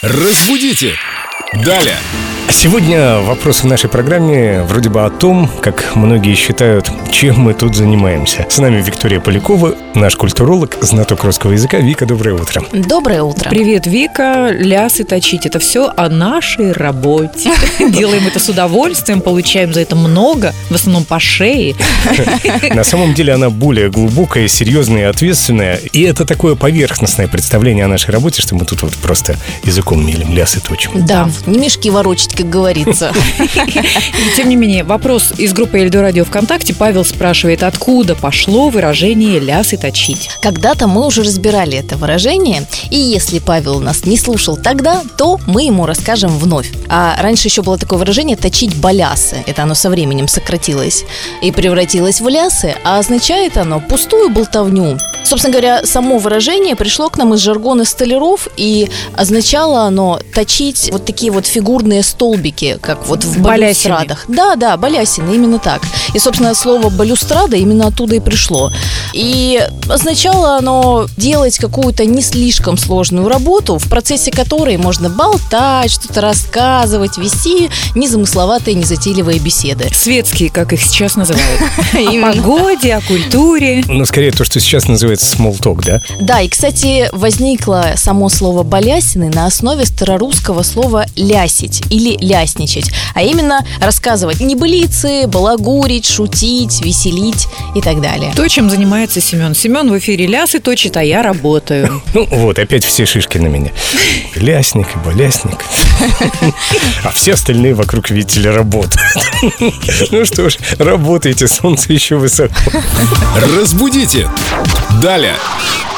Разбудите! Далее! Сегодня вопрос в нашей программе вроде бы о том, как многие считают, чем мы тут занимаемся. С нами Виктория Полякова, наш культуролог, знаток русского языка. Вика, доброе утро. Доброе утро. Привет, Вика. Лясы точить — это все о нашей работе. Делаем это с удовольствием, получаем за это много, в основном по шее. На самом деле она более глубокая, серьезная и ответственная. И это такое поверхностное представление о нашей работе, что мы тут вот просто языком мелем, лясы точим. Да, не мешки ворочать, как говорится. Тем не менее, вопрос из группы Эльдо Радио ВКонтакте. Павел спрашивает, откуда пошло выражение «лясы точить». Когда-то мы уже разбирали это выражение, и если Павел нас не слушал тогда, то мы ему расскажем вновь. А раньше еще было такое выражение «точить балясы». Это оно со временем сократилось и превратилось в лясы, а означает оно пустую болтовню. Собственно говоря, само выражение пришло к нам из жаргона столяров, и означало оно точить вот такие вот фигурные столбики, как вот в балюстрадах. Да, балясины, именно так. И, собственно, слово балюстрада именно оттуда и пришло. И означало оно делать какую-то не слишком сложную работу, в процессе которой можно болтать, что-то рассказывать, вести незамысловатые, незатейливые беседы. Светские, как их сейчас называют. О погоде, о культуре. Ну, скорее то, что сейчас называется small talk, да? Да, и, кстати, возникло само слово «балясины» на основе старорусского слова «лясить» или «лясничать», а именно рассказывать небылицы, балагурить, шутить, веселить и так далее. То, чем занимается Семен. Семен в эфире лясы точит, а я работаю. Ну вот, опять все шишки на меня. Лясник и балясник. А все остальные вокруг, видите ли, работают. Ну что ж, работайте, солнце еще высоко. Разбудите! Далее!